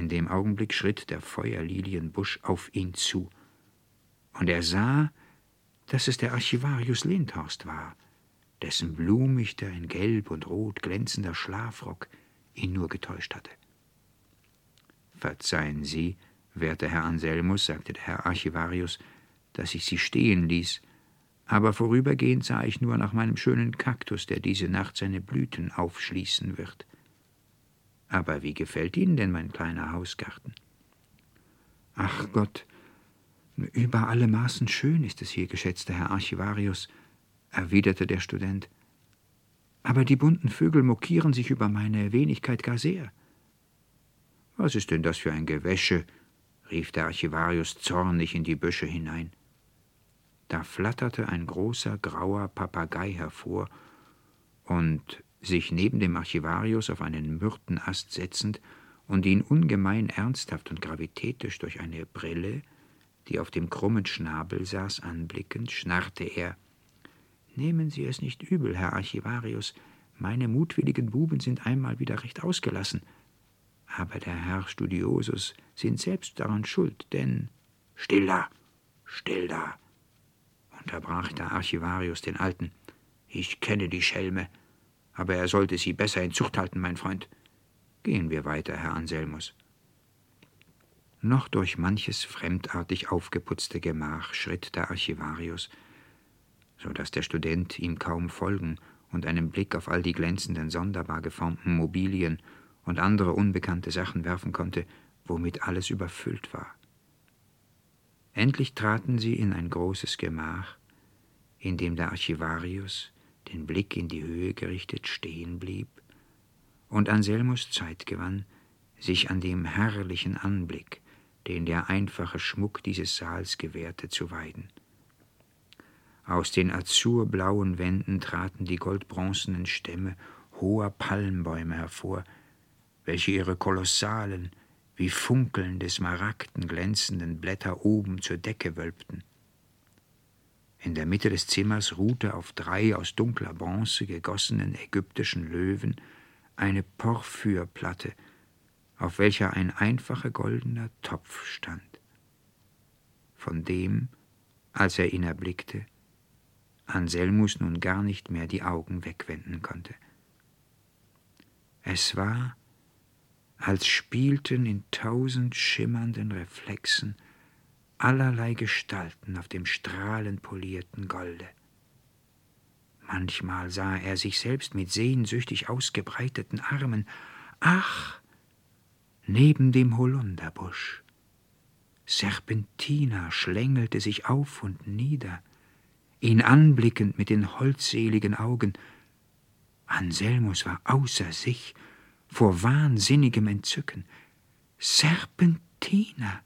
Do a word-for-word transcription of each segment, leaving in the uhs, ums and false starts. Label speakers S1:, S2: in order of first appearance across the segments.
S1: In dem Augenblick schritt der Feuerlilienbusch auf ihn zu, und er sah, dass es der Archivarius Lindhorst war, dessen blumigter, in Gelb und Rot glänzender Schlafrock ihn nur getäuscht hatte. »Verzeihen Sie, werter Herr Anselmus«, sagte der Herr Archivarius, »dass ich Sie stehen ließ, aber vorübergehend sah ich nur nach meinem schönen Kaktus, der diese Nacht seine Blüten aufschließen wird. Aber wie gefällt Ihnen denn mein kleiner Hausgarten?« »Ach Gott, über alle Maßen schön ist es hier, geschätzter Herr Archivarius«, erwiderte der Student. »Aber die bunten Vögel mokieren sich über meine Wenigkeit gar sehr.« »Was ist denn das für ein Gewäsche?« rief der Archivarius zornig in die Büsche hinein. Da flatterte ein großer, grauer Papagei hervor und, sich neben dem Archivarius auf einen Myrtenast setzend und ihn ungemein ernsthaft und gravitätisch durch eine Brille, die auf dem krummen Schnabel saß, anblickend, schnarrte er: »Nehmen Sie es nicht übel, Herr Archivarius, meine mutwilligen Buben sind einmal wieder recht ausgelassen. Aber der Herr Studiosus sind selbst daran schuld, denn...« »Still da, still da«, unterbrach der Archivarius den Alten. »Ich kenne die Schelme, aber er sollte sie besser in Zucht halten, mein Freund. Gehen wir weiter, Herr Anselmus.« Noch durch manches fremdartig aufgeputzte Gemach schritt der Archivarius, so daß der Student ihm kaum folgen und einen Blick auf all die glänzenden, sonderbar geformten Mobilien und andere unbekannte Sachen werfen konnte, womit alles überfüllt war. Endlich traten sie in ein großes Gemach, in dem der Archivarius, den Blick in die Höhe gerichtet, stehen blieb und Anselmus Zeit gewann, sich an dem herrlichen Anblick, den der einfache Schmuck dieses Saals gewährte, zu weiden. Aus den azurblauen Wänden traten die goldbronzenen Stämme hoher Palmbäume hervor, welche ihre kolossalen, wie funkelnde Smaragden glänzenden Blätter oben zur Decke wölbten. In der Mitte des Zimmers ruhte auf drei aus dunkler Bronze gegossenen ägyptischen Löwen eine Porphyrplatte, auf welcher ein einfacher goldener Topf stand, von dem, als er ihn erblickte, Anselmus nun gar nicht mehr die Augen wegwenden konnte. Es war, als spielten in tausend schimmernden Reflexen allerlei Gestalten auf dem strahlend polierten Golde. Manchmal sah er sich selbst mit sehnsüchtig ausgebreiteten Armen, ach, neben dem Holunderbusch. Serpentina schlängelte sich auf und nieder, ihn anblickend mit den holdseligen Augen. Anselmus war außer sich vor wahnsinnigem Entzücken. »Serpentina!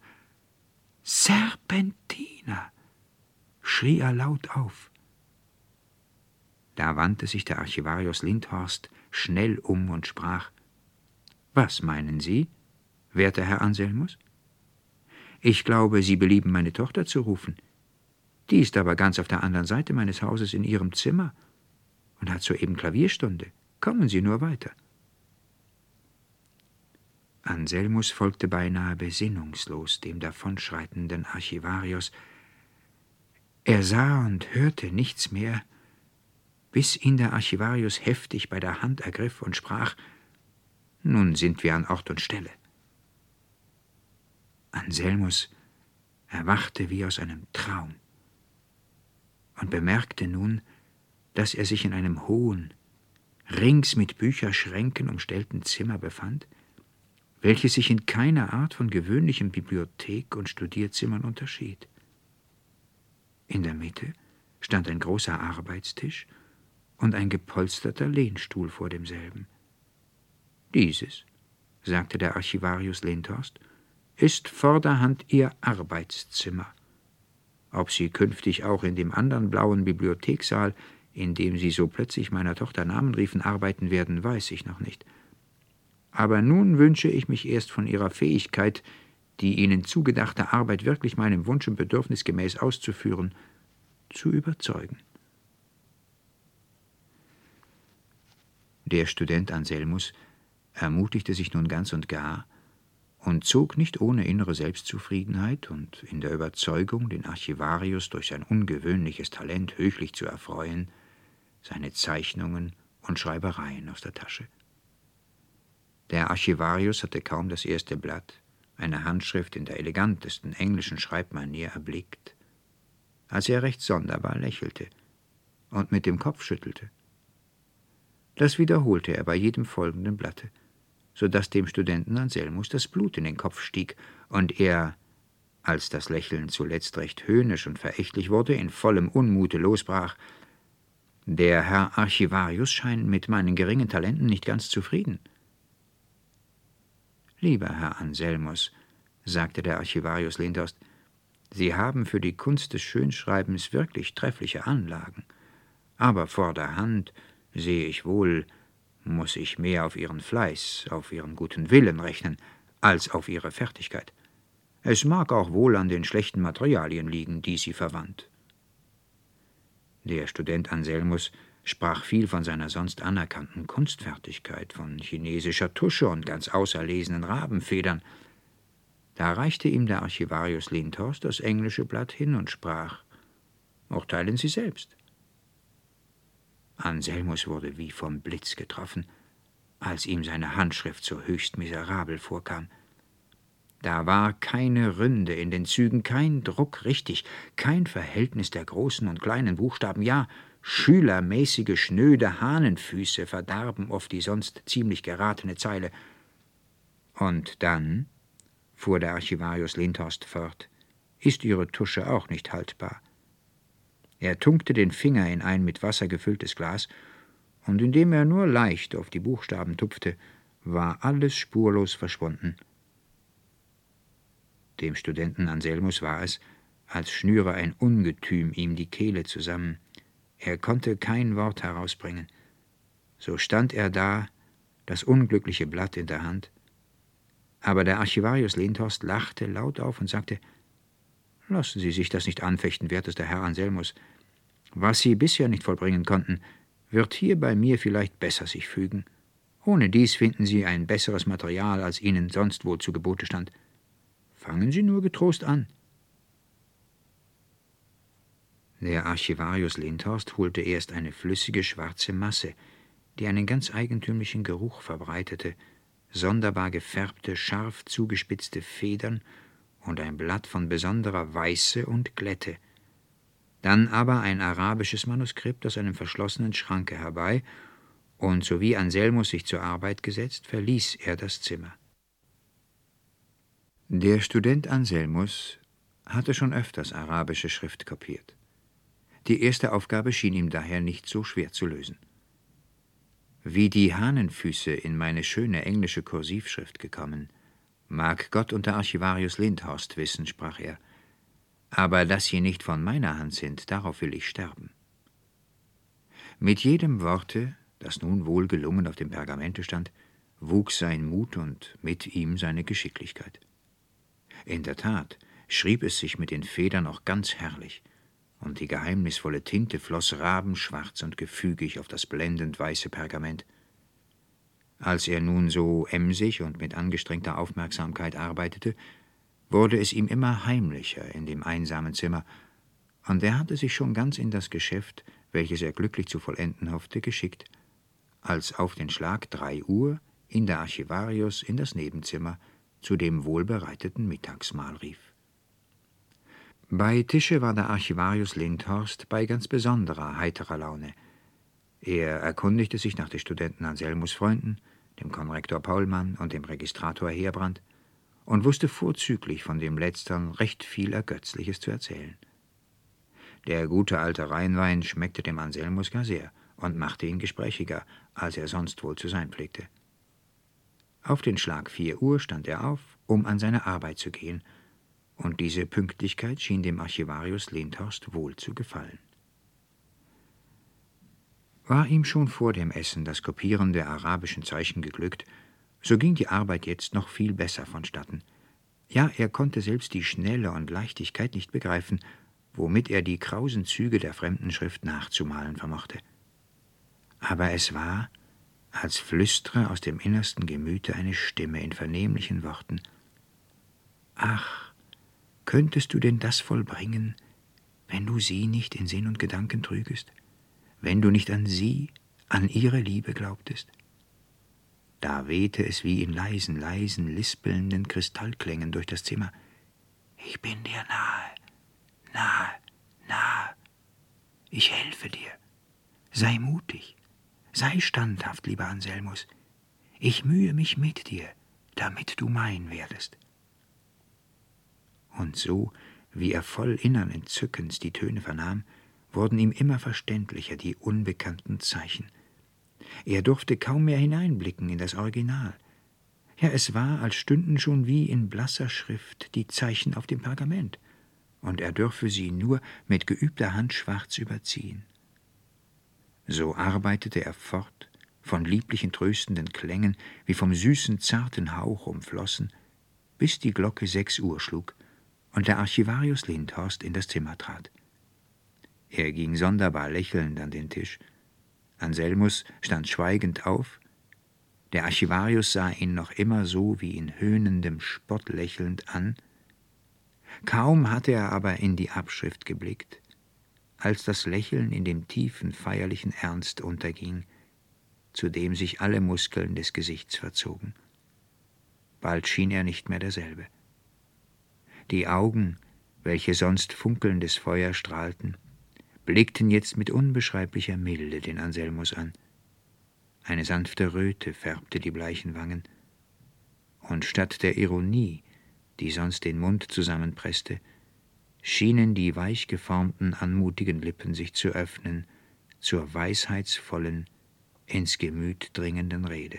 S1: Serpentina!« schrie er laut auf. Da wandte sich der Archivarius Lindhorst schnell um und sprach: »Was meinen Sie, werter Herr Anselmus? Ich glaube, Sie belieben, meine Tochter zu rufen. Die ist aber ganz auf der anderen Seite meines Hauses in ihrem Zimmer und hat soeben Klavierstunde. Kommen Sie nur weiter.« Anselmus folgte beinahe besinnungslos dem davonschreitenden Archivarius. Er sah und hörte nichts mehr, bis ihn der Archivarius heftig bei der Hand ergriff und sprach: »Nun sind wir an Ort und Stelle.« Anselmus erwachte wie aus einem Traum und bemerkte nun, dass er sich in einem hohen, rings mit Bücherschränken umstellten Zimmer befand, welches sich in keiner Art von gewöhnlichen Bibliothek und Studierzimmern unterschied. In der Mitte stand ein großer Arbeitstisch und ein gepolsterter Lehnstuhl vor demselben. »Dieses«, sagte der Archivarius Lindhorst, »ist vorderhand Ihr Arbeitszimmer. Ob Sie künftig auch in dem anderen blauen Bibliothekssaal, in dem Sie so plötzlich meiner Tochter Namen riefen, arbeiten werden, weiß ich noch nicht. Aber nun wünsche ich mich erst von Ihrer Fähigkeit, die Ihnen zugedachte Arbeit wirklich meinem Wunsch und Bedürfnis gemäß auszuführen, zu überzeugen.« Der Student Anselmus ermutigte sich nun ganz und gar und zog nicht ohne innere Selbstzufriedenheit und in der Überzeugung, den Archivarius durch sein ungewöhnliches Talent höchlich zu erfreuen, seine Zeichnungen und Schreibereien aus der Tasche. Der Archivarius hatte kaum das erste Blatt, eine Handschrift in der elegantesten englischen Schreibmanier, erblickt, als er recht sonderbar lächelte und mit dem Kopf schüttelte. Das wiederholte er bei jedem folgenden Blatte, so daß dem Studenten Anselmus das Blut in den Kopf stieg und er, als das Lächeln zuletzt recht höhnisch und verächtlich wurde, in vollem Unmute losbrach: »Der Herr Archivarius scheint mit meinen geringen Talenten nicht ganz zufrieden.« »Lieber Herr Anselmus«, sagte der Archivarius Lindhorst, »Sie haben für die Kunst des Schönschreibens wirklich treffliche Anlagen. Aber vorderhand, sehe ich wohl, muss ich mehr auf Ihren Fleiß, auf Ihren guten Willen rechnen, als auf Ihre Fertigkeit. Es mag auch wohl an den schlechten Materialien liegen, die Sie verwandt.« Der Student Anselmus sprach viel von seiner sonst anerkannten Kunstfertigkeit, von chinesischer Tusche und ganz auserlesenen Rabenfedern. Da reichte ihm der Archivarius Lindhorst das englische Blatt hin und sprach: »Urteilen Sie selbst.« Anselmus wurde wie vom Blitz getroffen, als ihm seine Handschrift so höchst miserabel vorkam. Da war keine Ründe in den Zügen, kein Druck richtig, kein Verhältnis der großen und kleinen Buchstaben, ja, schülermäßige, schnöde Hahnenfüße verdarben oft die sonst ziemlich geratene Zeile. »Und dann«, fuhr der Archivarius Lindhorst fort, »ist Ihre Tusche auch nicht haltbar.« Er tunkte den Finger in ein mit Wasser gefülltes Glas, und indem er nur leicht auf die Buchstaben tupfte, war alles spurlos verschwunden. Dem Studenten Anselmus war es, als schnüre ein Ungetüm ihm die Kehle zusammen. Er konnte kein Wort herausbringen. So stand er da, das unglückliche Blatt in der Hand. Aber der Archivarius Lindhorst lachte laut auf und sagte: »Lassen Sie sich das nicht anfechten, wertester Herr Anselmus. Was Sie bisher nicht vollbringen konnten, wird hier bei mir vielleicht besser sich fügen. Ohne dies finden Sie ein besseres Material, als Ihnen sonst wohl zu Gebote stand. Fangen Sie nur getrost an.« Der Archivarius Lindhorst holte erst eine flüssige schwarze Masse, die einen ganz eigentümlichen Geruch verbreitete, sonderbar gefärbte, scharf zugespitzte Federn und ein Blatt von besonderer Weiße und Glätte. Dann aber ein arabisches Manuskript aus einem verschlossenen Schranke herbei, und sowie Anselmus sich zur Arbeit gesetzt, verließ er das Zimmer. Der Student Anselmus hatte schon öfters arabische Schrift kopiert. Die erste Aufgabe schien ihm daher nicht so schwer zu lösen. Wie die Hahnenfüße in meine schöne englische Kursivschrift gekommen, mag Gott und der Archivarius Lindhorst wissen, sprach er, aber dass sie nicht von meiner Hand sind, darauf will ich sterben. Mit jedem Worte, das nun wohl gelungen auf dem Pergamente stand, wuchs sein Mut und mit ihm seine Geschicklichkeit. In der Tat schrieb es sich mit den Federn auch ganz herrlich, und die geheimnisvolle Tinte floss rabenschwarz und gefügig auf das blendend weiße Pergament. Als er nun so emsig und mit angestrengter Aufmerksamkeit arbeitete, wurde es ihm immer heimlicher in dem einsamen Zimmer, und er hatte sich schon ganz in das Geschäft, welches er glücklich zu vollenden hoffte, geschickt, als auf den Schlag drei Uhr ihn der Archivarius in das Nebenzimmer zu dem wohlbereiteten Mittagsmahl rief. Bei Tische war der Archivarius Lindhorst bei ganz besonderer, heiterer Laune. Er erkundigte sich nach des Studenten Anselmus Freunden, dem Konrektor Paulmann und dem Registrator Heerbrand, und wusste vorzüglich von dem Letztern recht viel Ergötzliches zu erzählen. Der gute alte Rheinwein schmeckte dem Anselmus gar sehr und machte ihn gesprächiger, als er sonst wohl zu sein pflegte. Auf den Schlag vier Uhr stand er auf, um an seine Arbeit zu gehen, und diese Pünktlichkeit schien dem Archivarius Lindhorst wohl zu gefallen. War ihm schon vor dem Essen das Kopieren der arabischen Zeichen geglückt, so ging die Arbeit jetzt noch viel besser vonstatten. Ja, er konnte selbst die Schnelle und Leichtigkeit nicht begreifen, womit er die krausen Züge der fremden Schrift nachzumalen vermochte. Aber es war, als flüstere aus dem innersten Gemüte eine Stimme in vernehmlichen Worten: »Ach, könntest du denn das vollbringen, wenn du sie nicht in Sinn und Gedanken trügest, wenn du nicht an sie, an ihre Liebe glaubtest?« Da wehte es wie in leisen, leisen, lispelnden Kristallklängen durch das Zimmer. »Ich bin dir nahe, nahe, nahe. Ich helfe dir. Sei mutig, sei standhaft, lieber Anselmus. Ich mühe mich mit dir, damit du mein werdest.« Und so, wie er voll innern Entzückens die Töne vernahm, wurden ihm immer verständlicher die unbekannten Zeichen. Er durfte kaum mehr hineinblicken in das Original. Ja, es war, als stünden schon wie in blasser Schrift die Zeichen auf dem Pergament, und er dürfe sie nur mit geübter Hand schwarz überziehen. So arbeitete er fort, von lieblichen tröstenden Klängen, wie vom süßen, zarten Hauch umflossen, bis die Glocke sechs Uhr schlug und der Archivarius Lindhorst in das Zimmer trat. Er ging sonderbar lächelnd an den Tisch. Anselmus stand schweigend auf. Der Archivarius sah ihn noch immer so wie in höhnendem Spott lächelnd an. Kaum hatte er aber in die Abschrift geblickt, als das Lächeln in dem tiefen, feierlichen Ernst unterging, zu dem sich alle Muskeln des Gesichts verzogen. Bald schien er nicht mehr derselbe. Die Augen, welche sonst funkelndes Feuer strahlten, blickten jetzt mit unbeschreiblicher Milde den Anselmus an. Eine sanfte Röte färbte die bleichen Wangen, und statt der Ironie, die sonst den Mund zusammenpresste, schienen die weich geformten, anmutigen Lippen sich zu öffnen zur weisheitsvollen, ins Gemüt dringenden Rede.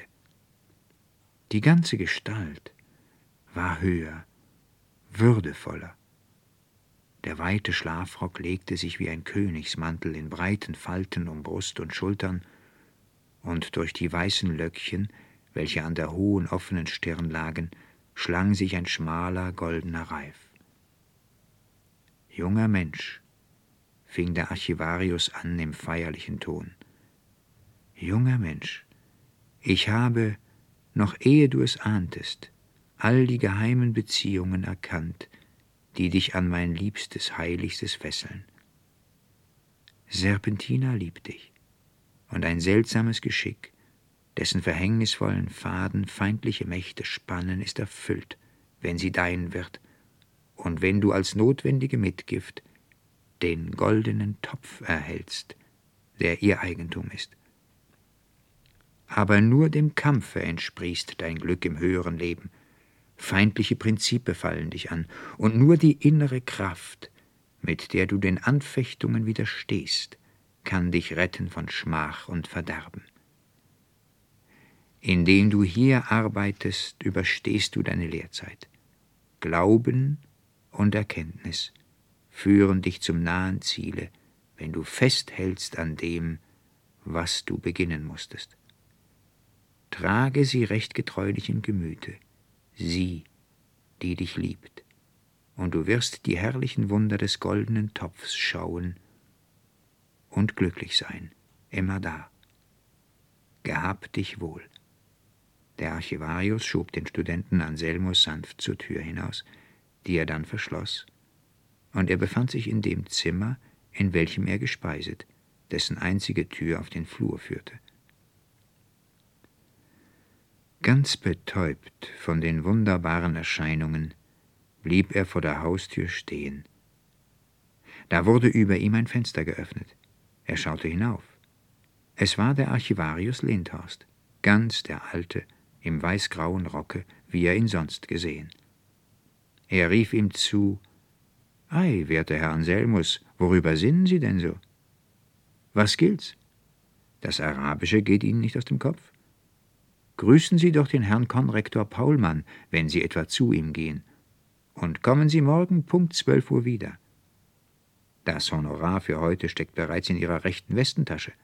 S1: Die ganze Gestalt war höher, würdevoller. Der weite Schlafrock legte sich wie ein Königsmantel in breiten Falten um Brust und Schultern, und durch die weißen Löckchen, welche an der hohen, offenen Stirn lagen, schlang sich ein schmaler, goldener Reif. »Junger Mensch«, fing der Archivarius an im feierlichen Ton, »junger Mensch, ich habe, noch ehe du es ahntest, all die geheimen Beziehungen erkannt, die dich an mein Liebstes, Heiligstes fesseln. Serpentina liebt dich, und ein seltsames Geschick, dessen verhängnisvollen Faden feindliche Mächte spannen, ist erfüllt, wenn sie dein wird, und wenn du als notwendige Mitgift den goldenen Topf erhältst, der ihr Eigentum ist. Aber nur dem Kampfe entsprießt dein Glück im höheren Leben. Feindliche Prinzipe fallen dich an, und nur die innere Kraft, mit der du den Anfechtungen widerstehst, kann dich retten von Schmach und Verderben. Indem du hier arbeitest, überstehst du deine Lehrzeit. Glauben und Erkenntnis führen dich zum nahen Ziele, wenn du festhältst an dem, was du beginnen musstest. Trage sie recht getreulich im Gemüte, sie, die dich liebt, und du wirst die herrlichen Wunder des goldenen Topfs schauen und glücklich sein, immerdar. Gehab dich wohl.« Der Archivarius schob den Studenten Anselmus sanft zur Tür hinaus, die er dann verschloss, und er befand sich in dem Zimmer, in welchem er gespeiset, dessen einzige Tür auf den Flur führte. Ganz betäubt von den wunderbaren Erscheinungen blieb er vor der Haustür stehen. Da wurde über ihm ein Fenster geöffnet. Er schaute hinauf. Es war der Archivarius Lindhorst, ganz der Alte, im weißgrauen Rocke, wie er ihn sonst gesehen. Er rief ihm zu: »Ei, werter Herr Anselmus, worüber sinnen Sie denn so? Was gilt's? Das Arabische geht Ihnen nicht aus dem Kopf? Grüßen Sie doch den Herrn Konrektor Paulmann, wenn Sie etwa zu ihm gehen, und kommen Sie morgen Punkt zwölf Uhr wieder. Das Honorar für heute steckt bereits in Ihrer rechten Westentasche.«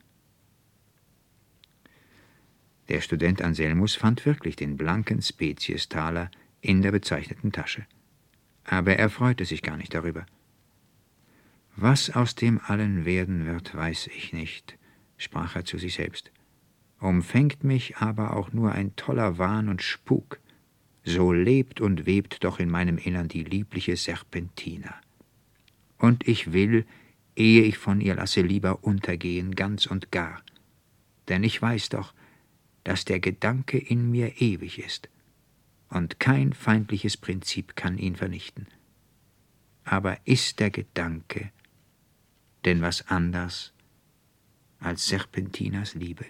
S1: Der Student Anselmus fand wirklich den blanken Speziestaler in der bezeichneten Tasche. Aber er freute sich gar nicht darüber. »Was aus dem allen werden wird, weiß ich nicht«, sprach er zu sich selbst. »Umfängt mich aber auch nur ein toller Wahn und Spuk, so lebt und webt doch in meinem Innern die liebliche Serpentina. Und ich will, ehe ich von ihr lasse, lieber untergehen, ganz und gar. Denn ich weiß doch, dass der Gedanke in mir ewig ist, und kein feindliches Prinzip kann ihn vernichten. Aber ist der Gedanke denn was anders als Serpentinas Liebe?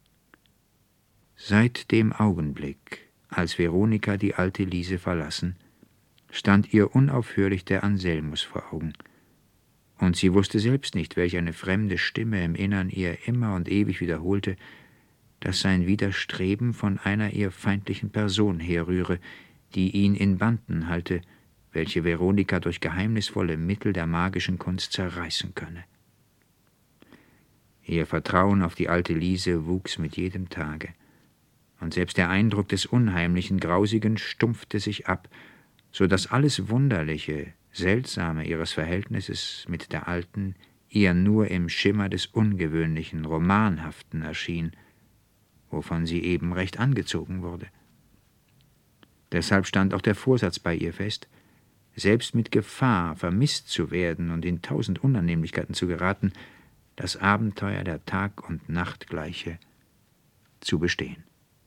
S1: Seit dem Augenblick, als Veronika die alte Liese verlassen, stand ihr unaufhörlich der Anselmus vor Augen, und sie wusste selbst nicht, welch eine fremde Stimme im Innern ihr immer und ewig wiederholte, dass sein Widerstreben von einer ihr feindlichen Person herrühre, die ihn in Banden halte, welche Veronika durch geheimnisvolle Mittel der magischen Kunst zerreißen könne. Ihr Vertrauen auf die alte Liese wuchs mit jedem Tage, und selbst der Eindruck des unheimlichen, grausigen stumpfte sich ab, so daß alles Wunderliche, Seltsame ihres Verhältnisses mit der Alten ihr nur im Schimmer des Ungewöhnlichen, Romanhaften erschien, wovon sie eben recht angezogen wurde. Deshalb stand auch der Vorsatz bei ihr fest, selbst mit Gefahr, vermisst zu werden und in tausend Unannehmlichkeiten zu geraten, das Abenteuer der Tag- und Nachtgleiche zu bestehen.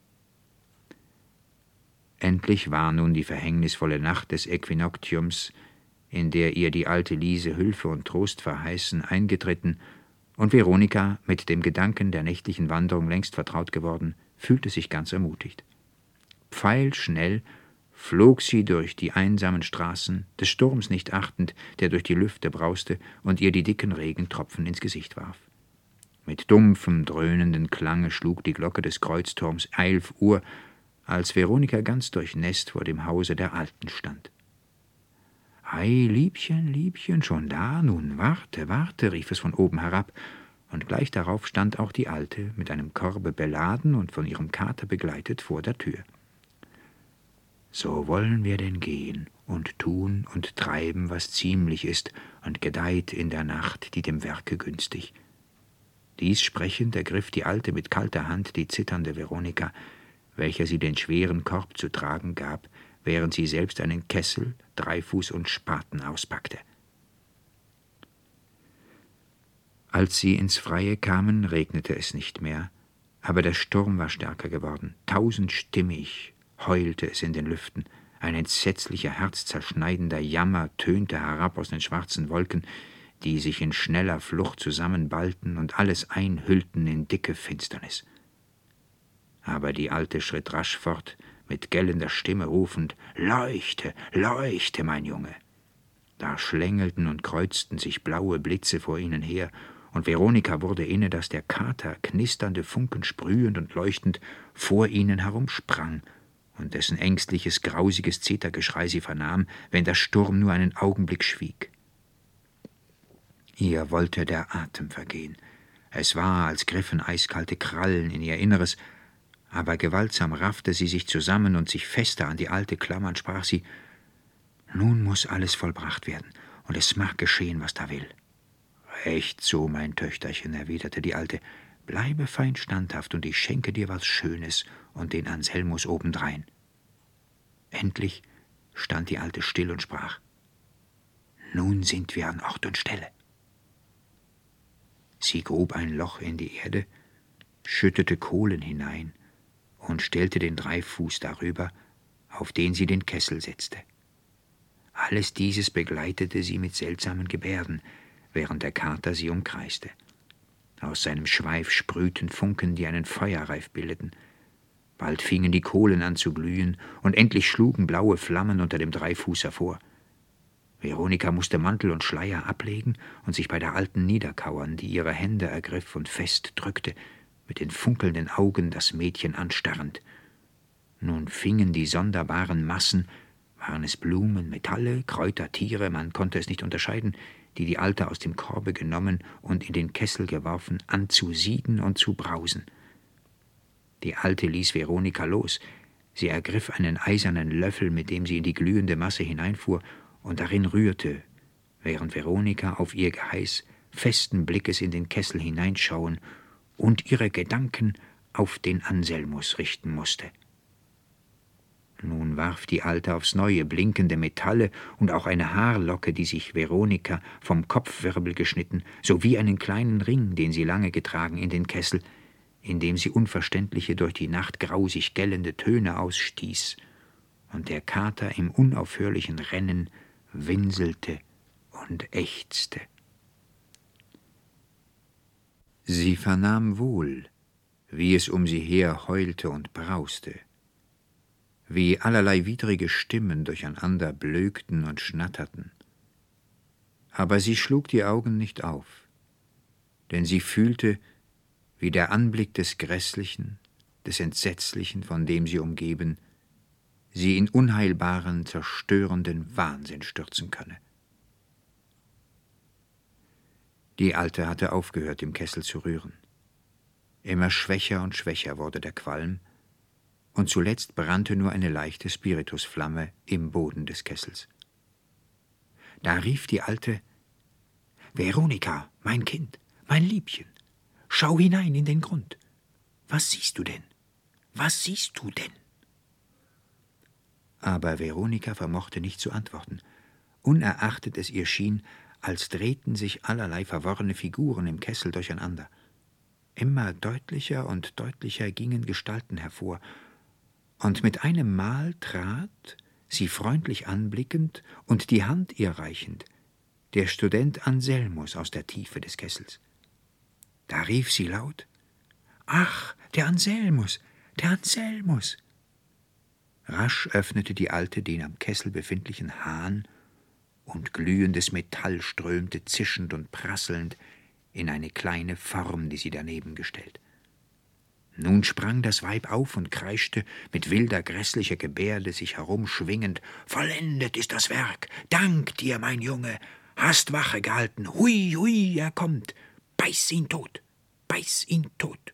S1: Endlich war nun die verhängnisvolle Nacht des Äquinoktiums, in der ihr die alte Liese Hülfe und Trost verheißen, eingetreten, und Veronika, mit dem Gedanken der nächtlichen Wanderung längst vertraut geworden, fühlte sich ganz ermutigt. Pfeilschnell flog sie durch die einsamen Straßen, des Sturms nicht achtend, der durch die Lüfte brauste und ihr die dicken Regentropfen ins Gesicht warf. Mit dumpfem, dröhnenden Klange schlug die Glocke des Kreuzturms elf Uhr, als Veronika ganz durchnässt vor dem Hause der Alten stand. »Ei, Liebchen, Liebchen, schon da? Nun warte, warte«, rief es von oben herab, und gleich darauf stand auch die Alte, mit einem Korbe beladen und von ihrem Kater begleitet, vor der Tür. »So wollen wir denn gehen und tun und treiben, was ziemlich ist und gedeiht in der Nacht, die dem Werke günstig.« Dies sprechend ergriff die Alte mit kalter Hand die zitternde Veronika, welcher sie den schweren Korb zu tragen gab, während sie selbst einen Kessel, Dreifuß und Spaten auspackte. Als sie ins Freie kamen, regnete es nicht mehr, aber der Sturm war stärker geworden. Tausendstimmig heulte es in den Lüften. Ein entsetzlicher, herzzerschneidender Jammer tönte herab aus den schwarzen Wolken, die sich in schneller Flucht zusammenballten und alles einhüllten in dicke Finsternis. Aber die Alte schritt rasch fort, mit gellender Stimme rufend, »Leuchte, leuchte, mein Junge!« Da schlängelten und kreuzten sich blaue Blitze vor ihnen her, und Veronika wurde inne, dass der Kater, knisternde Funken sprühend und leuchtend, vor ihnen herumsprang und dessen ängstliches, grausiges Zetergeschrei sie vernahm, wenn der Sturm nur einen Augenblick schwieg. Ihr wollte der Atem vergehen. Es war, als griffen eiskalte Krallen in ihr Inneres, aber gewaltsam raffte sie sich zusammen und sich fester an die Alte klammernd, sprach sie, »Nun muß alles vollbracht werden, und es mag geschehen, was da will.« »Recht so, mein Töchterchen«, erwiderte die Alte, »bleibe fein standhaft, und ich schenke dir was Schönes und den Anselmus obendrein.« Endlich stand die Alte still und sprach, »Nun sind wir an Ort und Stelle.« Sie grub ein Loch in die Erde, schüttete Kohlen hinein und stellte den Dreifuß darüber, auf den sie den Kessel setzte. Alles dieses begleitete sie mit seltsamen Gebärden, während der Kater sie umkreiste. Aus seinem Schweif sprühten Funken, die einen Feuerreif bildeten. Bald fingen die Kohlen an zu glühen, und endlich schlugen blaue Flammen unter dem Dreifuß hervor. Veronika musste Mantel und Schleier ablegen und sich bei der Alten niederkauern, die ihre Hände ergriff und fest drückte, mit den funkelnden Augen das Mädchen anstarrend. Nun fingen die sonderbaren Massen, waren es Blumen, Metalle, Kräuter, Tiere, man konnte es nicht unterscheiden, die die Alte aus dem Korbe genommen und in den Kessel geworfen, an zu sieden und zu brausen. Die Alte ließ Veronika los. Sie ergriff einen eisernen Löffel, mit dem sie in die glühende Masse hineinfuhr und darin rührte, während Veronika auf ihr Geheiß festen Blickes in den Kessel hineinschauen und ihre Gedanken auf den Anselmus richten musste. Nun warf die Alte aufs Neue blinkende Metalle und auch eine Haarlocke, die sich Veronika vom Kopfwirbel geschnitten, sowie einen kleinen Ring, den sie lange getragen, in den Kessel, indem sie unverständliche, durch die Nacht grausig gellende Töne ausstieß, und der Kater im unaufhörlichen Rennen winselte und ächzte. Sie vernahm wohl, wie es um sie her heulte und brauste, wie allerlei widrige Stimmen durcheinander blökten und schnatterten. Aber sie schlug die Augen nicht auf, denn sie fühlte, wie der Anblick des Grässlichen, des Entsetzlichen, von dem sie umgeben, sie in unheilbaren, zerstörenden Wahnsinn stürzen könne. Die Alte hatte aufgehört, im Kessel zu rühren. Immer schwächer und schwächer wurde der Qualm, und zuletzt brannte nur eine leichte Spiritusflamme im Boden des Kessels. Da rief die Alte: »Veronika, mein Kind, mein Liebchen, schau hinein in den Grund. Was siehst du denn? Was siehst du denn?« Aber Veronika vermochte nicht zu antworten, unerachtet es ihr schien, als drehten sich allerlei verworrene Figuren im Kessel durcheinander. Immer deutlicher und deutlicher gingen Gestalten hervor, und mit einem Mal trat, sie freundlich anblickend und die Hand ihr reichend, der Student Anselmus aus der Tiefe des Kessels. Da rief sie laut: »Ach, der Anselmus, der Anselmus!« Rasch öffnete die Alte den am Kessel befindlichen Hahn, und glühendes Metall strömte zischend und prasselnd in eine kleine Form, die sie daneben gestellt. Nun sprang das Weib auf und kreischte mit wilder, grässlicher Gebärde sich herumschwingend: »Vollendet ist das Werk! Dank dir, mein Junge! Hast Wache gehalten! Hui, hui, er kommt! Beiß ihn tot! Beiß ihn tot!«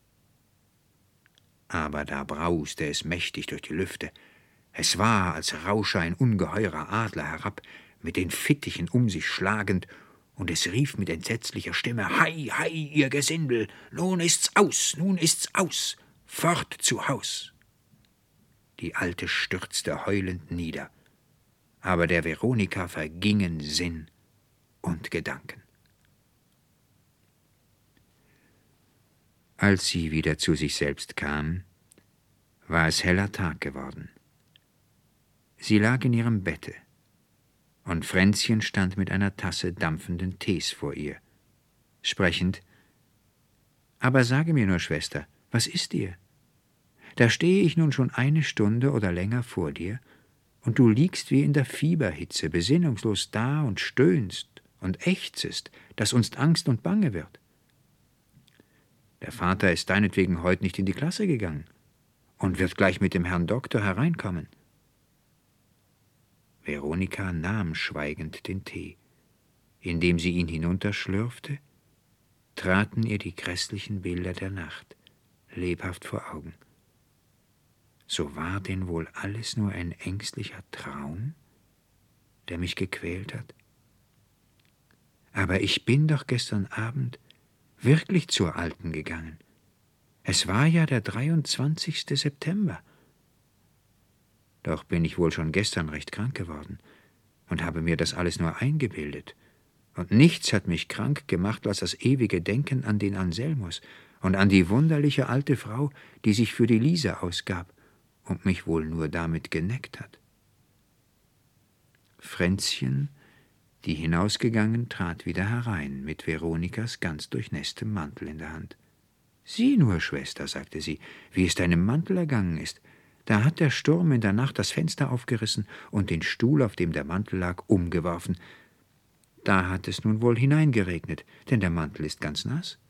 S1: Aber da brauste es mächtig durch die Lüfte. Es war, als rausche ein ungeheurer Adler herab, mit den Fittichen um sich schlagend, und es rief mit entsetzlicher Stimme: »Hei, hei, ihr Gesindel! Nun ist's aus, nun ist's aus! Fort zu Haus!« Die Alte stürzte heulend nieder, aber der Veronika vergingen Sinn und Gedanken. Als sie wieder zu sich selbst kam, war es heller Tag geworden. Sie lag in ihrem Bette, und Fränzchen stand mit einer Tasse dampfenden Tees vor ihr, sprechend: »Aber sage mir nur, Schwester, was ist dir? Da stehe ich nun schon eine Stunde oder länger vor dir, und du liegst wie in der Fieberhitze, besinnungslos da und stöhnst und ächzest, dass uns Angst und Bange wird. Der Vater ist deinetwegen heut nicht in die Klasse gegangen und wird gleich mit dem Herrn Doktor hereinkommen.« Veronika nahm schweigend den Tee. Indem sie ihn hinunterschlürfte, traten ihr die grässlichen Bilder der Nacht lebhaft vor Augen. So war denn wohl alles nur ein ängstlicher Traum, der mich gequält hat? Aber ich bin doch gestern Abend wirklich zur Alten gegangen. Es war ja der dreiundzwanzigste September. Doch bin ich wohl schon gestern recht krank geworden und habe mir das alles nur eingebildet. Und nichts hat mich krank gemacht als das ewige Denken an den Anselmus und an die wunderliche alte Frau, die sich für die Lise ausgab und mich wohl nur damit geneckt hat. Fränzchen, die hinausgegangen, trat wieder herein, mit Veronikas ganz durchnässtem Mantel in der Hand. »Sieh nur, Schwester«, sagte sie, »wie es deinem Mantel ergangen ist. Da hat der Sturm in der Nacht das Fenster aufgerissen und den Stuhl, auf dem der Mantel lag, umgeworfen. Da hat es nun wohl hineingeregnet, denn der Mantel ist ganz nass.«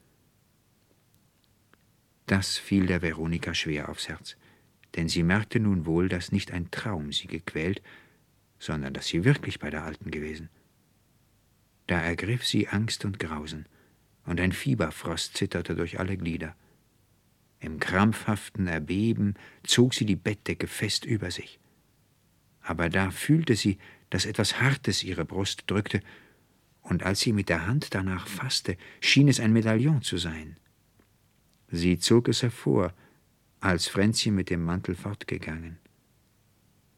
S1: Das fiel der Veronika schwer aufs Herz, denn sie merkte nun wohl, dass nicht ein Traum sie gequält, sondern dass sie wirklich bei der Alten gewesen. Da ergriff sie Angst und Grausen, und ein Fieberfrost zitterte durch alle Glieder. Im krampfhaften Erbeben zog sie die Bettdecke fest über sich. Aber da fühlte sie, dass etwas Hartes ihre Brust drückte, und als sie mit der Hand danach fasste, schien es ein Medaillon zu sein. Sie zog es hervor, als Fränzchen mit dem Mantel fortgegangen.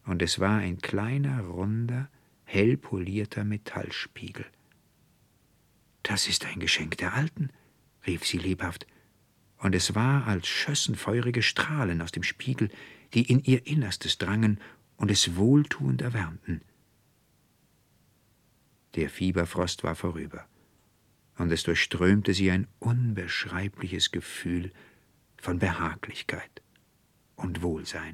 S1: und es war ein kleiner, runder, hell polierter Metallspiegel. »Das ist ein Geschenk der Alten«, rief sie lebhaft, und es war, als schössen feurige Strahlen aus dem Spiegel, die in ihr Innerstes drangen und es wohltuend erwärmten. Der Fieberfrost war vorüber, und es durchströmte sie ein unbeschreibliches Gefühl von Behaglichkeit und Wohlsein.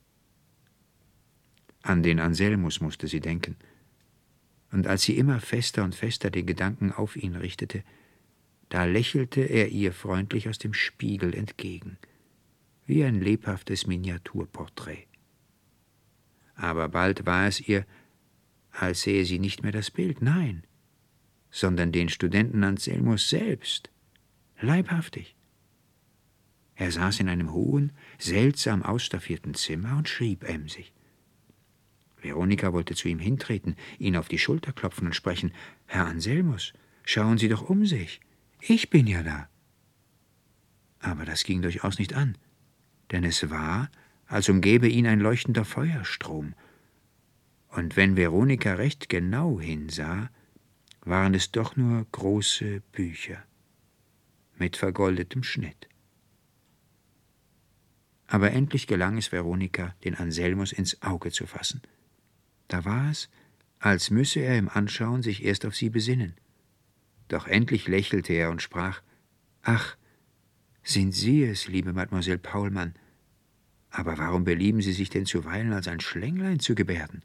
S1: An den Anselmus musste sie denken, und als sie immer fester und fester den Gedanken auf ihn richtete, da lächelte er ihr freundlich aus dem Spiegel entgegen, wie ein lebhaftes Miniaturporträt. Aber bald war es ihr, als sähe sie nicht mehr das Bild, nein, sondern den Studenten Anselmus selbst, leibhaftig. Er saß in einem hohen, seltsam ausstaffierten Zimmer und schrieb emsig. Veronika wollte zu ihm hintreten, ihn auf die Schulter klopfen und sprechen: »Herr Anselmus, schauen Sie doch um sich. Ich bin ja da.« Aber das ging durchaus nicht an, denn es war, als umgäbe ihn ein leuchtender Feuerstrom. Und wenn Veronika recht genau hinsah, waren es doch nur große Bücher mit vergoldetem Schnitt. Aber endlich gelang es Veronika, den Anselmus ins Auge zu fassen. Da war es, als müsse er im Anschauen sich erst auf sie besinnen. Doch endlich lächelte er und sprach: »Ach, sind Sie es, liebe Mademoiselle Paulmann? Aber warum belieben Sie sich denn zuweilen als ein Schlänglein zu gebärden?«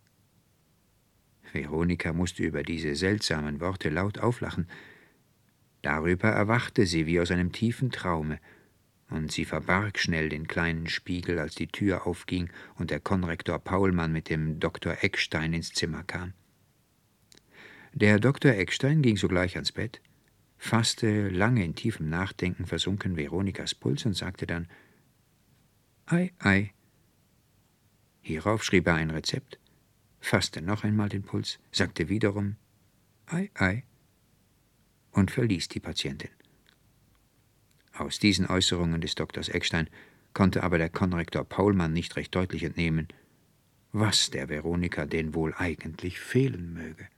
S1: Veronika musste über diese seltsamen Worte laut auflachen. Darüber erwachte sie wie aus einem tiefen Traume, und sie verbarg schnell den kleinen Spiegel, als die Tür aufging und der Konrektor Paulmann mit dem Doktor Eckstein ins Zimmer kam. Der Doktor Eckstein ging sogleich ans Bett, fasste lange in tiefem Nachdenken versunken Veronikas Puls und sagte dann: »Ei, ei.« Hierauf schrieb er ein Rezept, fasste noch einmal den Puls, sagte wiederum »Ei, ei« und verließ die Patientin. Aus diesen Äußerungen des Doktors Eckstein konnte aber der Konrektor Paulmann nicht recht deutlich entnehmen, was der Veronika denn wohl eigentlich fehlen möge.